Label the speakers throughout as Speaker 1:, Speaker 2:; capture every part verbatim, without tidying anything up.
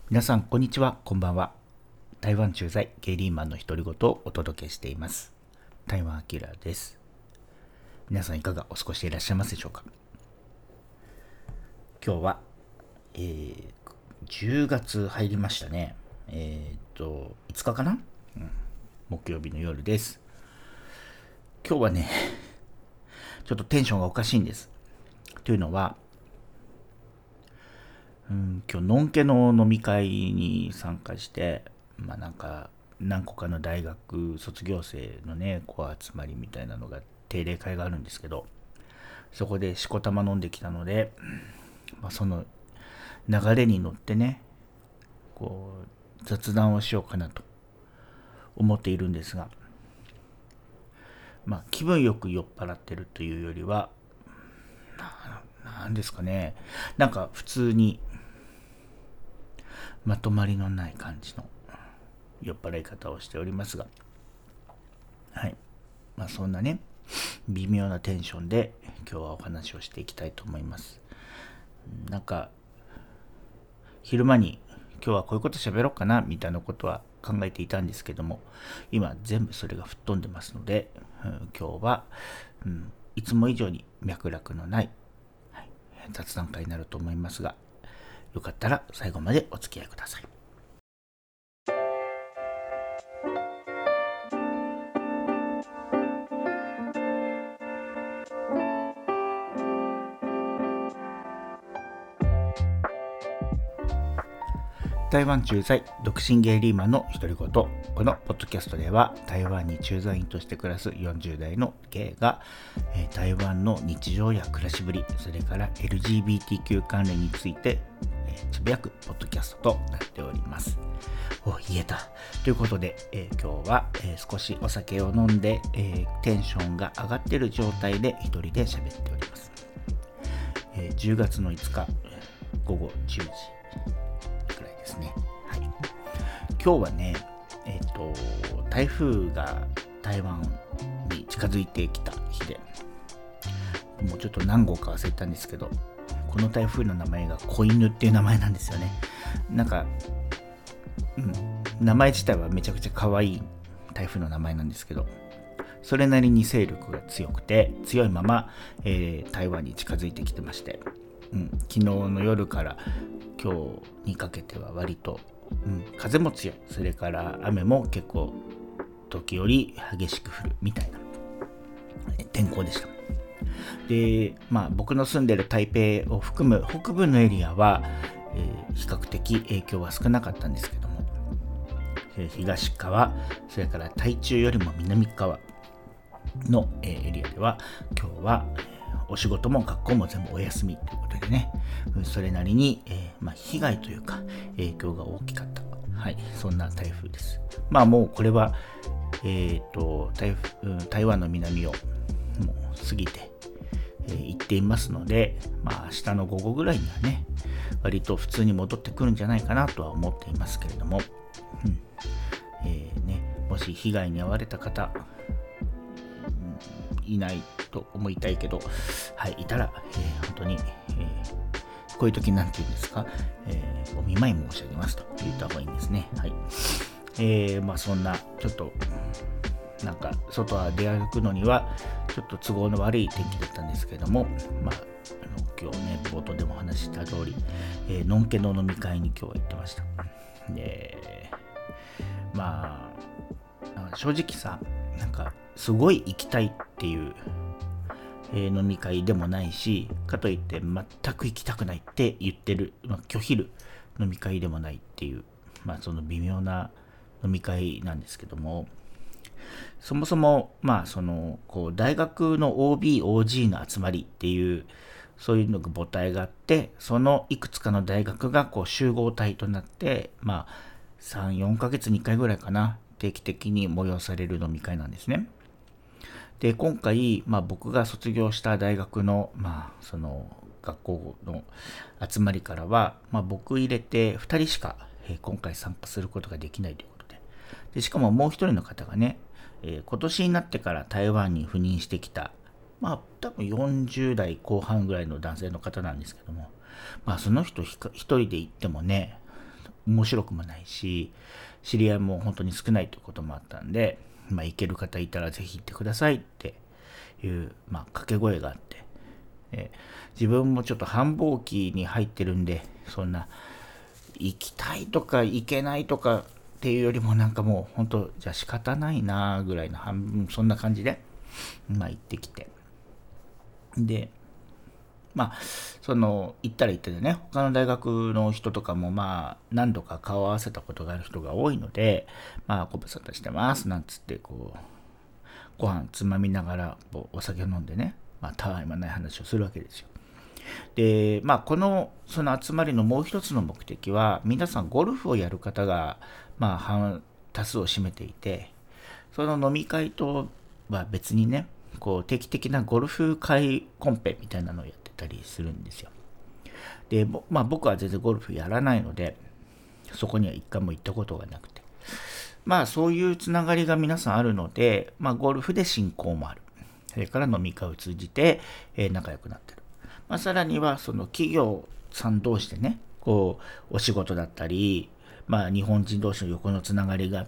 Speaker 1: 皆さんこんにちは、こんばんは。台湾駐在ゲイリーマンの独り言をお届けしています。台湾アキラです。皆さんいかがお過ごしでいらっしゃいますでしょうか。今日は、えー、じゅうがつ入りましたね。えー、っといつかかな、うん、木曜日の夜です。今日はねちょっとテンションがおかしいんです。というのは、うん、今日のんけの飲み会に参加して、まあなんか何個かの大学卒業生のねこう集まりみたいなのが定例会があるんですけど、そこでしこたま飲んできたので、まあ、その流れに乗ってねこう雑談をしようかなと思っているんですが、まあ気分よく酔っ払ってるというよりはななんですかね、なんか普通にまとまりのない感じの酔っ払い方をしておりますが、はい、まあそんなね微妙なテンションで今日はお話をしていきたいと思います。なんか昼間に今日はこういうこと喋ろうかなみたいなことは考えていたんですけども、今全部それが吹っ飛んでますので、うん、今日は、うん、いつも以上に脈絡のない、はい、雑談会になると思いますが、よかったら最後までお付き合いください。台湾駐在独身ゲイリーマンの独り言。このポッドキャストでは台湾に駐在員として暮らすよんじゅう代のゲイが、えー、台湾の日常や暮らしぶり、それから エルジービーティーキュー 関連について、えー、つぶやくポッドキャストとなっております。お、言えたということで、えー、今日は、えー、少しお酒を飲んで、えー、テンションが上がっている状態で一人で喋っております。えー、じゅうがつのいつか午後じゅうじくらいですね。はい、今日はね、えっと台風が台湾に近づいてきた日で、もうちょっと何号か忘れたんですけど、この台風の名前が子犬っていう名前なんですよね。なんか、うん、名前自体はめちゃくちゃ可愛い台風の名前なんですけど、それなりに勢力が強くて強いまま、えー、台湾に近づいてきてまして、うん、昨日の夜から今日にかけては割と、うん、風も強い、それから雨も結構時折激しく降るみたいな天候でした。で、まあ僕の住んでる台北を含む北部のエリアは、えー、比較的影響は少なかったんですけども、えー、東側、それから台中よりも南側の、えー、エリアでは今日は、えーお仕事も学校も全部お休みということでね、それなりに、えーまあ、被害というか影響が大きかった、はい、そんな台風です。まあもうこれは、えー、と 台, 台湾の南をもう過ぎて、えー、行っていますので、まあ明日の午後ぐらいにはね割と普通に戻ってくるんじゃないかなとは思っていますけれども、うんえーね、もし被害に遭われた方いないと思いたいけど、はい、いたら、えー、本当に、えー、こういう時なんて言うんですか、えー、お見舞い申し上げますと言った方がいいんですね。はい。えー、まあそんな、ちょっと、なんか、外は出歩くのには、ちょっと都合の悪い天気だったんですけども、まあ、あの今日ね、冒頭でも話した通り、えー、のんけの飲み会に今日は行ってました。で、まあ、正直さ、なんか、すごい行きたいっていう、えー、飲み会でもないし、かといって全く行きたくないって言ってる、まあ、拒否る飲み会でもないっていう、まあその微妙な飲み会なんですけども、そもそもまあそのこう大学の オービー、オージー の集まりっていうそういうのが母体があって、そのいくつかの大学がこう集合体となって、まあさん、よんかげつにいっかいぐらいかな、定期的に催される飲み会なんですね。で今回、まあ、僕が卒業した大学の、まあ、その学校の集まりからは、まあ、僕入れてふたりしか、えー今回参加することができないということで、でしかももう一人の方がね、えー今年になってから台湾に赴任してきた、まあ多分よんじゅう代後半ぐらいの男性の方なんですけども、まあその人一人で行ってもね、 面白くもないし、知り合いも本当に少ないということもあったんで、まあ、行ける方いたらぜひ行ってくださいっていう、まあ、掛け声があって、えー、自分もちょっと繁忙期に入ってるんで、そんな行きたいとか行けないとかっていうよりもなんかもう本当じゃあ仕方ないなぐらいの半分そんな感じで、まあ、行ってきて、でまあその行ったら行ってでね、他の大学の人とかもまあ何度か顔を合わせたことがある人が多いので、まあご無沙汰してますなんつってこうご飯つまみながらお酒を飲んでね、まあたわいもない話をするわけですよ。でまあこのその集まりのもう一つの目的は、皆さんゴルフをやる方がまあ半多数を占めていて、その飲み会とは別にね、こう定期的なゴルフ会コンペみたいなのをやってたりするんですよ。で、まあ僕は全然ゴルフやらないので、そこには一回も行ったことがなくて、まあそういうつながりが皆さんあるので、まあゴルフで親交もある。それから飲み会を通じて、えー、仲良くなってる。まあ、さらにはその企業さん同士でね、こうお仕事だったり、まあ日本人同士の横のつながりがあって、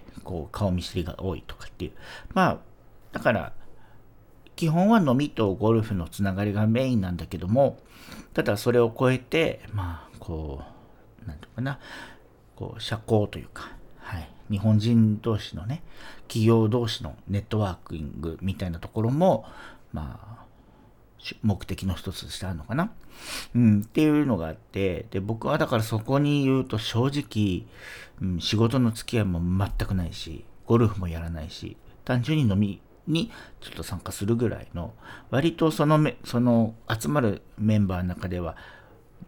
Speaker 1: こう顔見知りが多いとかっていう。まあだから基本は飲みとゴルフのつながりがメインなんだけども、ただそれを超えて、まあこうなんていうかな、こう社交というか、はい、日本人同士のね、企業同士のネットワーキングみたいなところもまあ目的の一つとしてあるのかな、うん、っていうのがあって、で僕はだからそこに言うと正直、うん、仕事の付き合いも全くないし、ゴルフもやらないし、単純に飲みにちょっと参加するぐらいの、割とそのめその集まるメンバーの中では、うん、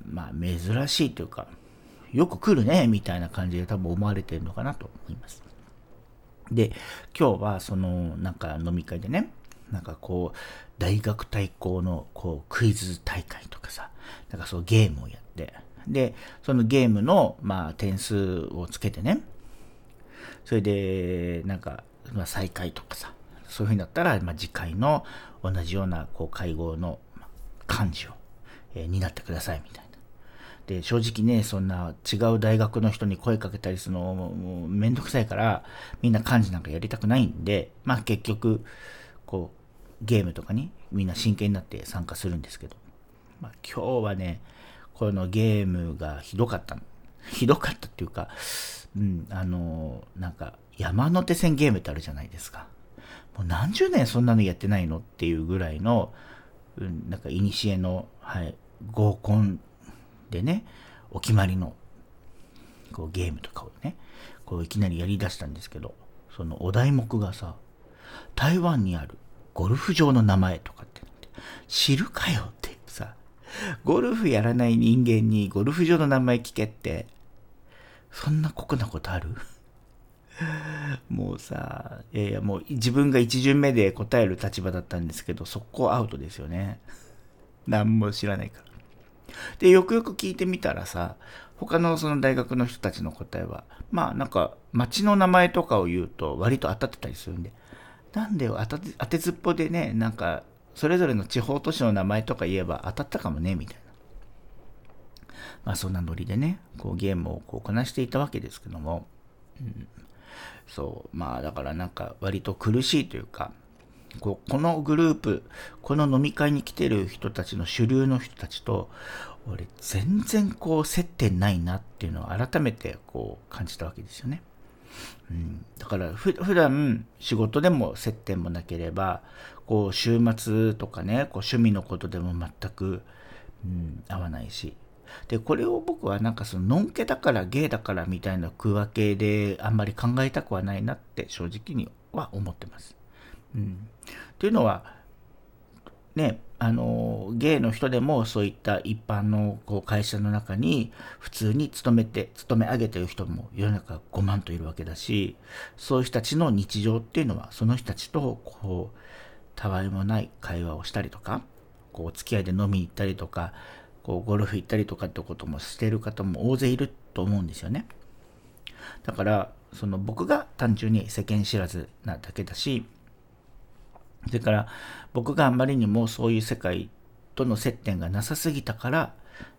Speaker 1: まあ珍しいというか、よく来るねみたいな感じで多分思われてるのかなと思います。で今日はそのなんか飲み会でね、なんかこう大学対抗のこうクイズ大会とかさ、なんかそうゲームをやって、でそのゲームのまあ点数をつけてね、それでなんか、まあ、再開とかさ、そういう風になったら、まあ、次回の同じようなこう会合の幹事を、えー、担ってくださいみたいな。で正直ね、そんな違う大学の人に声かけたりするのもうめんどくさいから、みんな幹事なんかやりたくないんで、まあ結局こうゲームとかにみんな真剣になって参加するんですけど、まあ、今日はね、このゲームがひどかったの。ひどかったっていうか、うん、あのなんか山手線ゲームってあるじゃないですか。もう何十年そんなのやってないのっていうぐらいの、うん、なんかいにしえの、はい、合コンでね、お決まりのこうゲームとかをね、こういきなりやりだしたんですけど、そのお題目がさ、台湾にあるゴルフ場の名前とかって知るかよっていうさ、ゴルフやらない人間にゴルフ場の名前聞けって、そんな酷なことある？もうさ、いやいや、もう自分が一巡目で答える立場だったんですけど、速攻アウトですよね。何も知らないから。でよくよく聞いてみたらさ、他のその大学の人たちの答えは、まあなんか町の名前とかを言うと割と当たってたりするんで、なんでよ、当て当てずっぽでね、なんかそれぞれの地方都市の名前とか言えば当たったかもねみたいな、まあそんなノリでね、こうゲームをこうこなしていたわけですけども、うん、そうまあだからなんか割と苦しいというか、こうこのグループ、この飲み会に来てる人たちの主流の人たちと俺全然こう接点ないなっていうのを改めてこう感じたわけですよね。うん、だからふ普段仕事でも接点もなければ、こう週末とかね、こう趣味のことでも全く、うん、合わないし、でこれを僕はなんかそののんけだからゲイだからみたいな区分けであんまり考えたくはないなって正直には思ってます。うん、というのはね、あのゲイの人でもそういった一般のこう会社の中に普通に勤めて勤め上げている人も世の中ごまんといるわけだし、そういう人たちの日常っていうのはその人たちとこうたわいもない会話をしたりとか、こうお付き合いで飲みに行ったりとか、こうゴルフ行ったりとかってこともしている方も大勢いると思うんですよね。だからその僕が単純に世間知らずなだけだし、それから僕があんまりにもそういう世界との接点がなさすぎたから、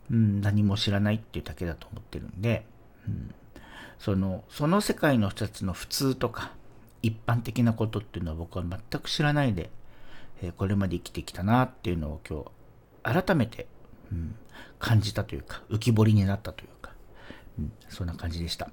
Speaker 1: うん、何も知らないっていうだけだと思ってるんで、うん、そのその世界の人たちの普通とか一般的なことっていうのは僕は全く知らないで、えーこれまで生きてきたなっていうのを今日改めて、うん、感じたというか浮き彫りになったというか、うん、そんな感じでした。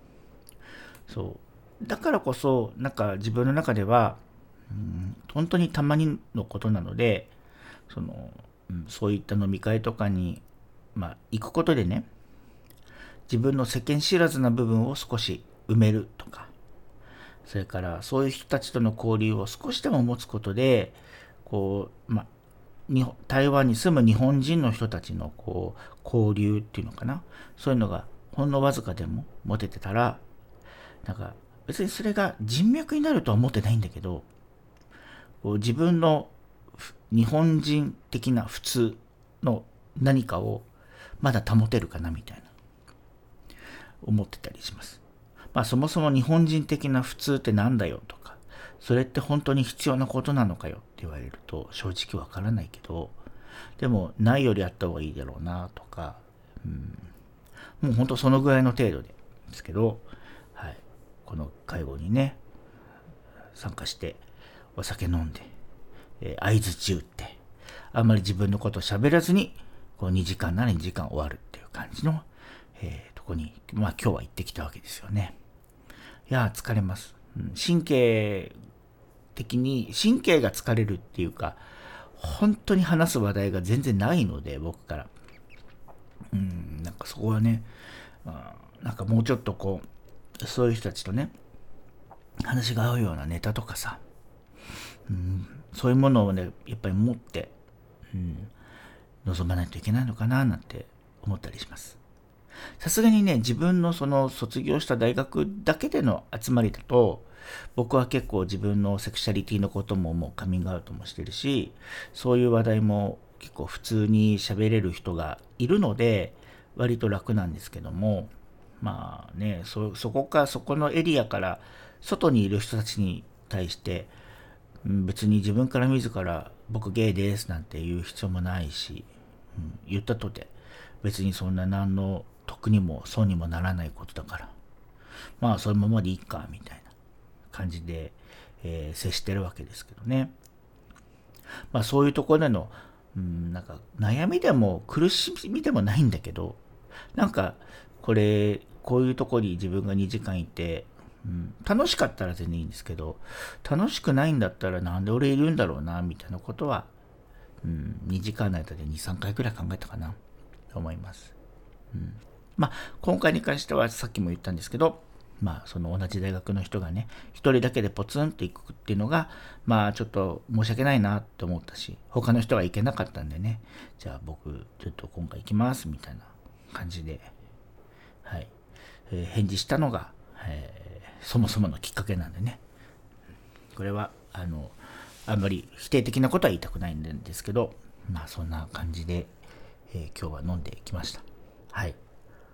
Speaker 1: そうだからこそなんか自分の中では、うん、本当にたまにのことなので、その、うん、そういった飲み会とかに、まあ、行くことでね、自分の世間知らずな部分を少し埋めるとか、それからそういう人たちとの交流を少しでも持つことで、こう、まあ、日本台湾に住む日本人の人たちのこう交流っていうのかな、そういうのがほんのわずかでも持ててたら、なんか別にそれが人脈になるとは思ってないんだけど、こう自分の日本人的な普通の何かをまだ保てるかなみたいな思ってたりします。まあそもそも日本人的な普通ってなんだよとか、それって本当に必要なことなのかよって言われると正直わからないけど、でもないよりあった方がいいだろうなとか、うん、もう本当そのぐらいの程度でですけど、はい、この会合にね参加してお酒飲んで、えー、相づち打ってあんまり自分のことを喋らずにこうにじかんならにじかん終わるっていう感じの、えー、とこに、まあ、今日は行ってきたわけですよね。いや疲れます、うん、神経的に神経が疲れるっていうか、本当に話す話題が全然ないので僕から、うん、なんかそこはね、まあ、なんかもうちょっとこうそういう人たちとね話が合うようなネタとかさ、うん、そういうものをねやっぱり持って、うん、臨まないといけないのかななんて思ったりします。さすがにね自分のその卒業した大学だけでの集まりだと、僕は結構自分のセクシャリティのことももうカミングアウトもしてるし、そういう話題も結構普通に喋れる人がいるので割と楽なんですけども、まあね、そそこかそこのエリアから外にいる人たちに対して、うん、別に自分から自ら僕ゲイですなんて言う必要もないし、うん、言ったとて別にそんな何の得にも損にもならないことだから、まあそのままでいいかみたいな感じで、えー接してるわけですけどね。まあそういうところでの、うん、なんか悩みでも苦しみでもないんだけど、なんかこれこういうところに自分がにじかんいて、うん、楽しかったら全然いいんですけど、楽しくないんだったらなんで俺いるんだろうなみたいなことは、うん、にじかんの間でにさんかいくらい考えたかなと思います。うん、まあ今回に関してはさっきも言ったんですけど、まあその同じ大学の人がね一人だけでポツンと行くっていうのがまあちょっと申し訳ないなって思ったし、他の人は行けなかったんでね、じゃあ僕ちょっと今回行きますみたいな感じで、はい、えー返事したのが、えーそもそものきっかけなんでね、これはあのあんまり否定的なことは言いたくないんですけど、まあそんな感じで、えー今日は飲んできました。はい。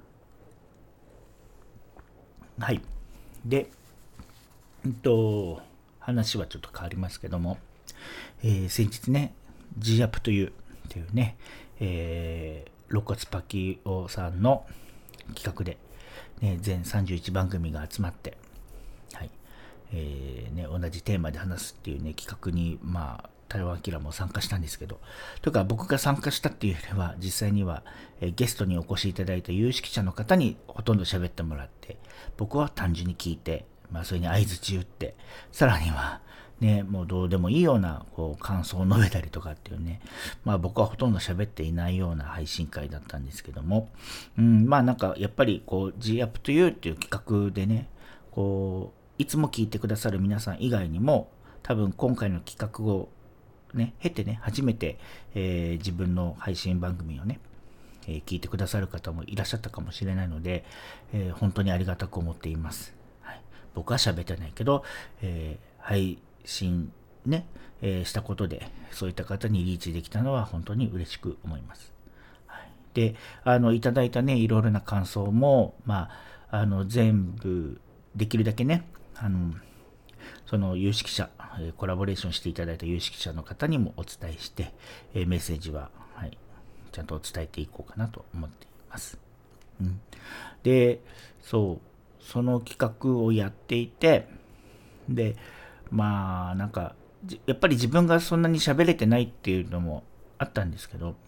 Speaker 1: はい。で、えっと、話はちょっと変わりますけども、えー先日ね、G アップという、というね、えー、肋骨パキオさんの企画で、ね、全さんじゅういちばん組が集まって、はいえーね、同じテーマで話すっていうね企画に、まあ、台湾キラも参加したんですけど、というか僕が参加したっていうよりは実際には、えーゲストにお越しいただいた有識者の方にほとんど喋ってもらって、僕は単純に聞いて、まあ、それに相づち打って、さらにはね、もうどうでもいいようなこう感想を述べたりとかっていうね、まあ僕はほとんど喋っていないような配信会だったんですけども、うん、まあなんかやっぱりこう G アップというっていう企画でね、こういつも聞いてくださる皆さん以外にも多分今回の企画をね経てね初めて、えー自分の配信番組をね、えー聞いてくださる方もいらっしゃったかもしれないので、えー本当にありがたく思っています。はい、僕は喋ってないけど、えー配信ね、えーしたことでそういった方にリーチできたのは本当に嬉しく思います。はい、で、あのいただいたねいろいろな感想も、まあ、あの全部できるだけね、あのその有識者、えーコラボレーションしていただいた有識者の方にもお伝えして、えーメッセージは、はい、 ちゃんと伝えていこうかなと思っています。うん、で、そう、その企画をやっていて、で、まあ、なんか、やっぱり自分がそんなに喋れてないっていうのもあったんですけど、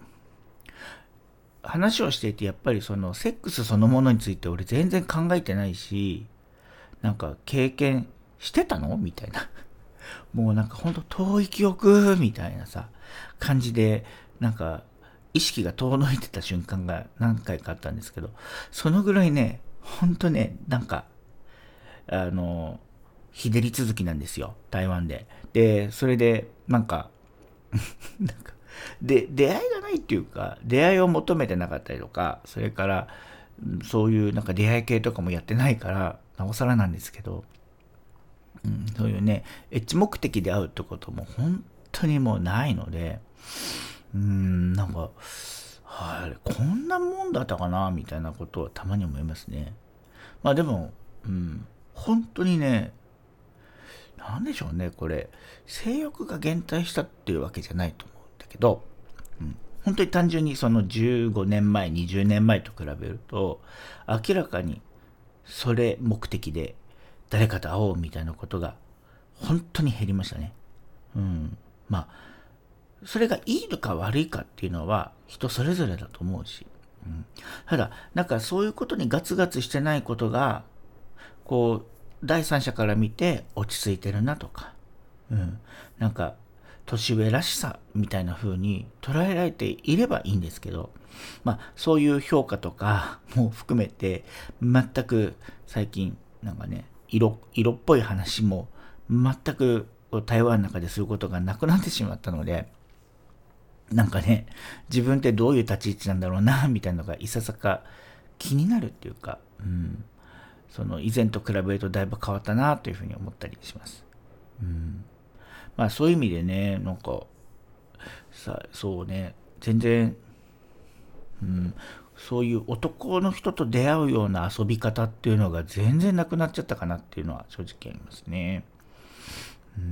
Speaker 1: 話をしていてやっぱりそのセックスそのものについて俺全然考えてないし、なんか経験してたのみたいな。もうなんかほんと遠い記憶みたいなさ、感じで、なんか意識が遠のいてた瞬間が何回かあったんですけど、そのぐらいね、ほんとね、なんか、あの、日照り続きなんですよ、台湾で。で、それで、なんか、なんか、で、出会いがないっていうか、出会いを求めてなかったりとか、それから、そういうなんか出会い系とかもやってないから、なおさらなんですけど、うん、そういうね、エッチ目的で会うってことも本当にもうないので、うーん、なんか、はい、こんなもんだったかな、みたいなことはたまに思いますね。まあでも、うん、本当にね、なんでしょうね、これ、性欲が減退したっていうわけじゃないと思うんだけど、うん、本当に単純にそのじゅうごねんまえ、にじゅうねんまえと比べると、明らかにそれ目的で誰かと会おうみたいなことが本当に減りましたね。うん。まあ、それがいいのか悪いかっていうのは人それぞれだと思うし。うん、ただ、なんかそういうことにガツガツしてないことが、こう、第三者から見て落ち着いてるなとか、うん。なんか、年上らしさみたいな風に捉えられていればいいんですけど、まあ、そういう評価とかも含めて、全く最近、なんかね、色、色っぽい話も全く台湾の中ですることがなくなってしまったので、なんかね、自分ってどういう立ち位置なんだろうな、みたいなのがいささか気になるっていうか、うん、その以前と比べるとだいぶ変わったなというふうに思ったりします。うん、まあそういう意味でね、なんか、さ、そうね、全然、うん、そういう男の人と出会うような遊び方っていうのが全然なくなっちゃったかなっていうのは正直ありますね。うん、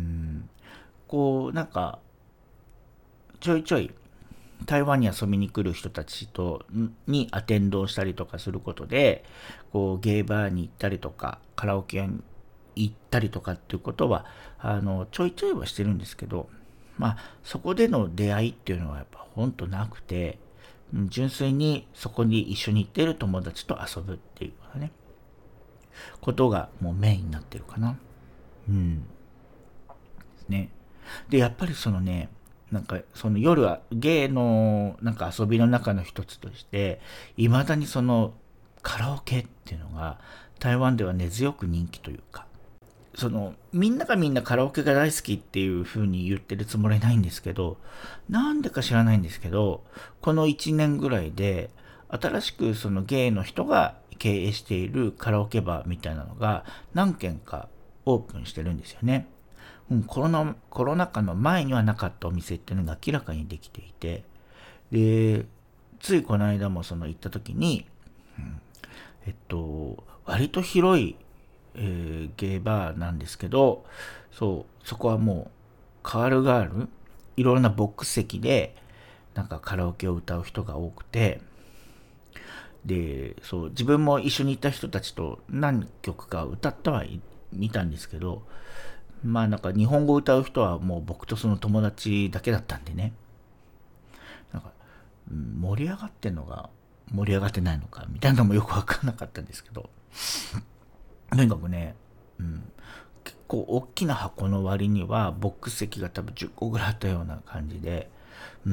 Speaker 1: こう、なんか、ちょいちょい台湾に遊びに来る人たちとにアテンドをしたりとかすることで、こうゲイバーに行ったりとかカラオケに行ったりとかっていうことはあのちょいちょいはしてるんですけど、まあそこでの出会いっていうのはやっぱほんとなくて、純粋にそこに一緒に行っている友達と遊ぶっていうねことがもうメインになってるかな。うんですね。でやっぱりそのね、なんかその夜はゲイのなんか遊びの中の一つとしていまだにそのカラオケっていうのが台湾では根強く人気というか、そのみんながみんなカラオケが大好きっていう風に言ってるつもりないんですけど、なんでか知らないんですけど、このいちねんぐらいで新しくそのゲイの人が経営しているカラオケバーみたいなのが何軒かオープンしてるんですよね。うん、コロナ、コロナ禍の前にはなかったお店っていうのが明らかにできていて、で、ついこの間もその行った時に、うん、えっと、割と広い、えーゲーバーなんですけど、そう、そこはもう、カールガール、いろんなボックス席で、なんかカラオケを歌う人が多くて、で、そう、自分も一緒に行った人たちと何曲か歌ってはい見たんですけど、まあなんか日本語を歌う人はもう僕とその友達だけだったんでね、なんか、うん、盛り上がってんのが盛り上がってないのかみたいなのもよくわかんなかったんですけど、とにかくね、うん、結構大きな箱の割にはボックス席が多分じゅっこぐらいあったような感じで、うん、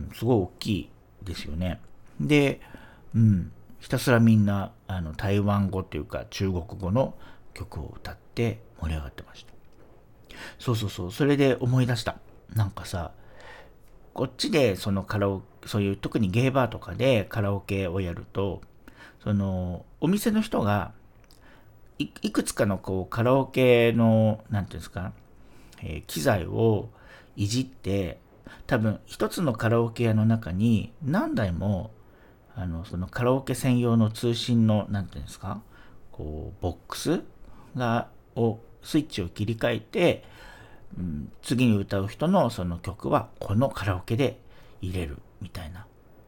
Speaker 1: すごい大きいですよね。で、うん、ひたすらみんなあの台湾語というか中国語の曲を歌って盛り上がってました。そうそうそう、それで思い出した。なんかさ、こっちでそのカラオケ、そういう特にゲイバーとかでカラオケをやると、そのお店の人がいいくつかのこうカラオケの、なんていうんですか、えー機材をいじって、多分一つのカラオケ屋の中に何台もあのそのカラオケ専用の通信の、なんていうんですか、こうボックスがをスイッチを切り替えて、うん、次に歌う人のその曲はこのカラオケで入れるみたいな。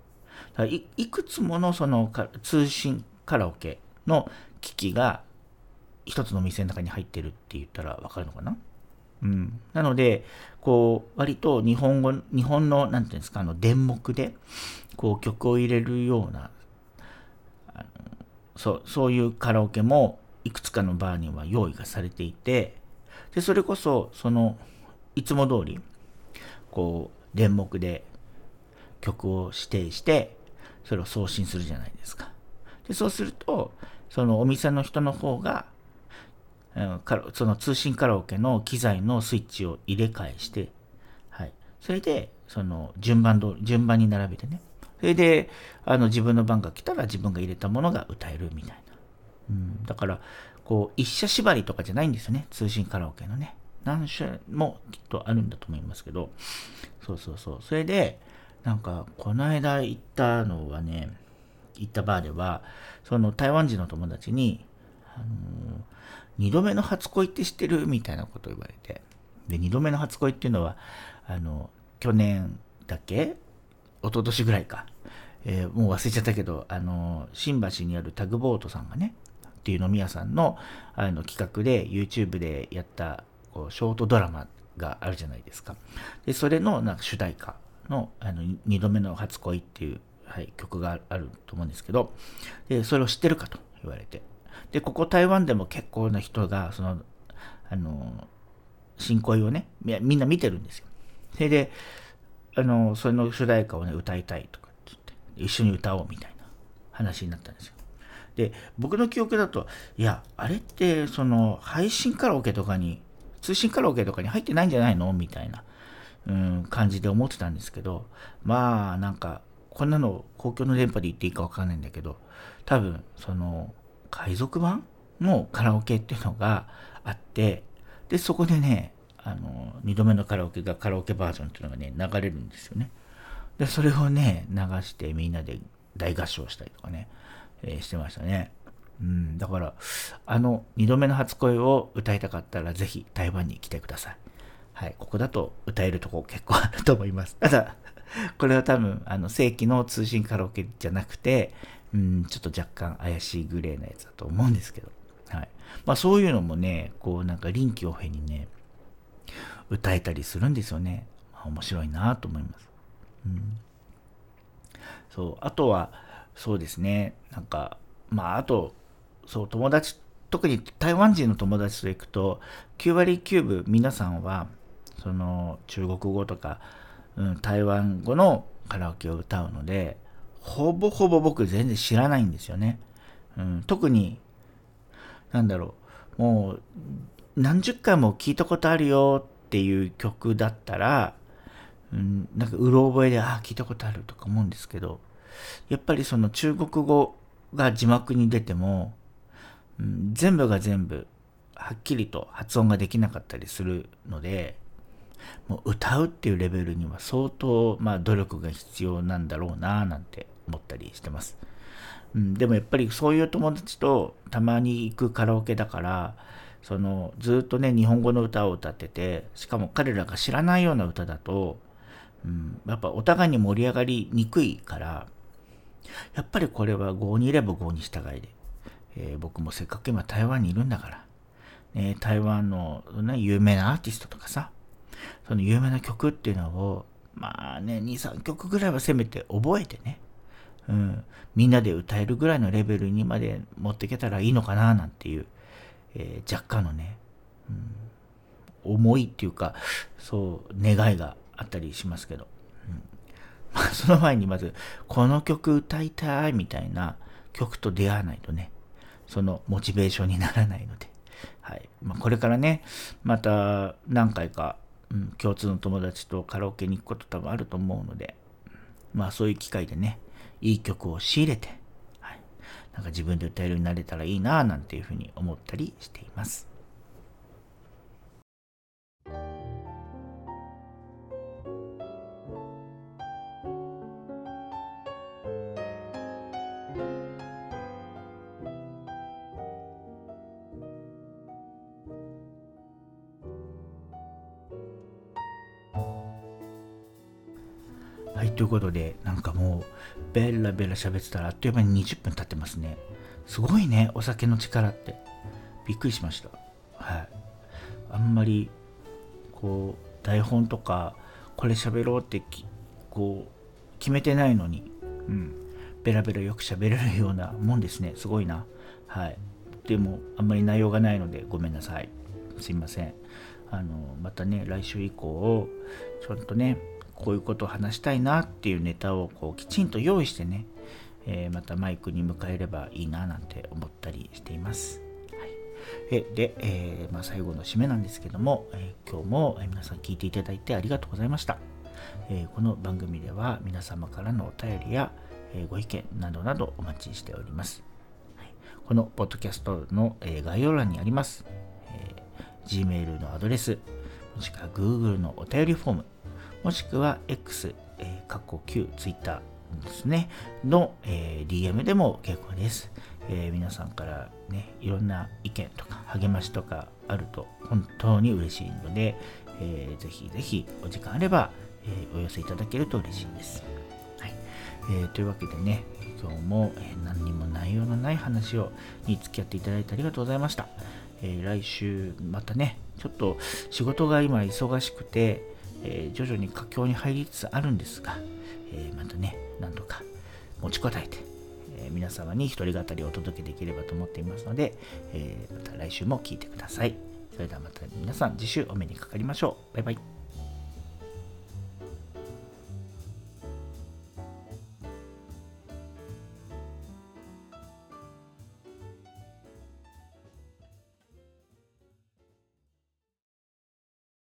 Speaker 1: だい, いくつものそのか通信カラオケの機器が一つの店の中に入ってるって言ったらわかるのかな。うん、なのでこう割と日本語日本のなんていうんですか、あの電目でこう曲を入れるようなあのそうそういうカラオケもいくつかのバーには用意がされていて、でそれこそそのいつも通りこう電目で曲を指定してそれを送信するじゃないですか。でそうするとそのお店の人の方がその通信カラオケの機材のスイッチを入れ替えして、はい、それでその順番ど順番に並べてね、それであの自分の番が来たら自分が入れたものが歌えるみたいな、うん、だからこう一社縛りとかじゃないんですよね、通信カラオケのね。何社もきっとあるんだと思いますけど、そうそうそう、それでなんかこの間行ったのはね、行ったバーではその台湾人の友達に、あのー、二度目の初恋って知ってるみたいなことを言われて、で二度目の初恋っていうのはあの去年だっけ一昨年ぐらいか、えー、もう忘れちゃったけど、あの新橋にあるタグボートさんがねっていう飲み屋さんの、あの企画で YouTube でやったこうショートドラマがあるじゃないですか。でそれのなんか主題歌のあの二度目の初恋っていう、はい、曲があると思うんですけど、でそれを知ってるかと言われて、でここ台湾でも結構な人がそのあの新恋をねみんな見てるんですよ。それであのそれの主題歌をね歌いたいとかって言って一緒に歌おうみたいな話になったんですよ。で僕の記憶だと、いやあれってその配信カラオケとかに通信カラオケとかに入ってないんじゃないのみたいな、うん、感じで思ってたんですけど、まあなんかこんなの公共の電波で言っていいか分かんないんだけど、多分その海賊版のカラオケっていうのがあって、でそこでねあのにどめのカラオケがカラオケバージョンっていうのがね流れるんですよね。でそれをね流してみんなで大合唱したりとかね、えーしてましたね。うん、だからあのにどめの初恋を歌いたかったらぜひ台湾に来てください。はい、ここだと歌えるとこ結構あると思います。ただこれは多分あの正規の通信カラオケじゃなくて、うん、ちょっと若干怪しいグレーなやつだと思うんですけど、はい、まあそういうのもねこうなんか臨機応変にね歌えたりするんですよね。まあ、面白いなと思います。うん、そうあとはそうですね、なんかまああとそう友達、特に台湾人の友達と行くときゅう割きゅうぶ皆さんはその中国語とか、うん、台湾語のカラオケを歌うので、ほぼほぼ僕全然知らないんですよね。うん、特になんだろう、もう何十回も聞いたことあるよっていう曲だったら、うん、なんかうろ覚えでああ聞いたことあるとか思うんですけど、やっぱりその中国語が字幕に出ても、うん、全部が全部はっきりと発音ができなかったりするので、もう歌うっていうレベルには相当、まあ、努力が必要なんだろうななんて思ったりしてます。うん、でもやっぱりそういう友達とたまに行くカラオケだから、そのずっとね日本語の歌を歌ってて、しかも彼らが知らないような歌だと、うん、やっぱお互いに盛り上がりにくいから、やっぱりこれは郷にいれば郷に従いで、えー僕もせっかく今台湾にいるんだから、ね、台湾の、ね、有名なアーティストとかさ、その有名な曲っていうのをまあねにさんきょくぐらいはせめて覚えてね、うん、みんなで歌えるぐらいのレベルにまで持っていけたらいいのかななんていう、えー若干のね、うん、思いっていうかそう願いがあったりしますけど、うんまあ、その前にまずこの曲歌いたいみたいな曲と出会わないとね、そのモチベーションにならないので、はいまあ、これからねまた何回か、うん、共通の友達とカラオケに行くこと多分あると思うので、まあそういう機会でねいい曲を仕入れて、はい、なんか自分で歌えるようになれたらいいななんていうふうに思ったりしています。はい、 、ということで、なんかもうベラベラ喋ってたらあっという間ににじゅっぷん経ってますね。すごいね、お酒の力って。びっくりしました。はい。あんまりこう台本とかこれ喋ろうってこう決めてないのに、うん、ベラベラよく喋れるようなもんですね。すごいな。はい。でもあんまり内容がないのでごめんなさい。すいません。あのまたね、来週以降ちょっとね、こういうことを話したいなっていうネタをこうきちんと用意してね、えー、またマイクに迎えればいいななんて思ったりしています。えで、えーまあ、最後の締めなんですけども、えー、今日も皆さん聞いていただいてありがとうございました。えー、この番組では皆様からのお便りや、えー、ご意見などなどお待ちしております。はい、このポッドキャストの、えー、概要欄にあります、えー、Gmail のアドレス、もしくは Google のお便りフォーム、もしくは X、えー、過去旧 Twitter ですねの、えー、ディーエム でも結構です。えー、皆さんからね、いろんな意見とか励ましとかあると本当に嬉しいので、えー、ぜひぜひお時間あれば、えー、お寄せいただけると嬉しいです。はい、えー、というわけでね、今日も、えー、何にも内容のない話をに付き合っていただいてありがとうございました。えー、来週またね、ちょっと仕事が今忙しくて、えー、徐々に佳境に入りつつあるんですが、えー、またね、何とか持ちこたえて、皆様に一人語りをお届けできればと思っていますので、えー、また来週も聞いてください。それではまた皆さん次週お目にかかりましょう。バイバイ。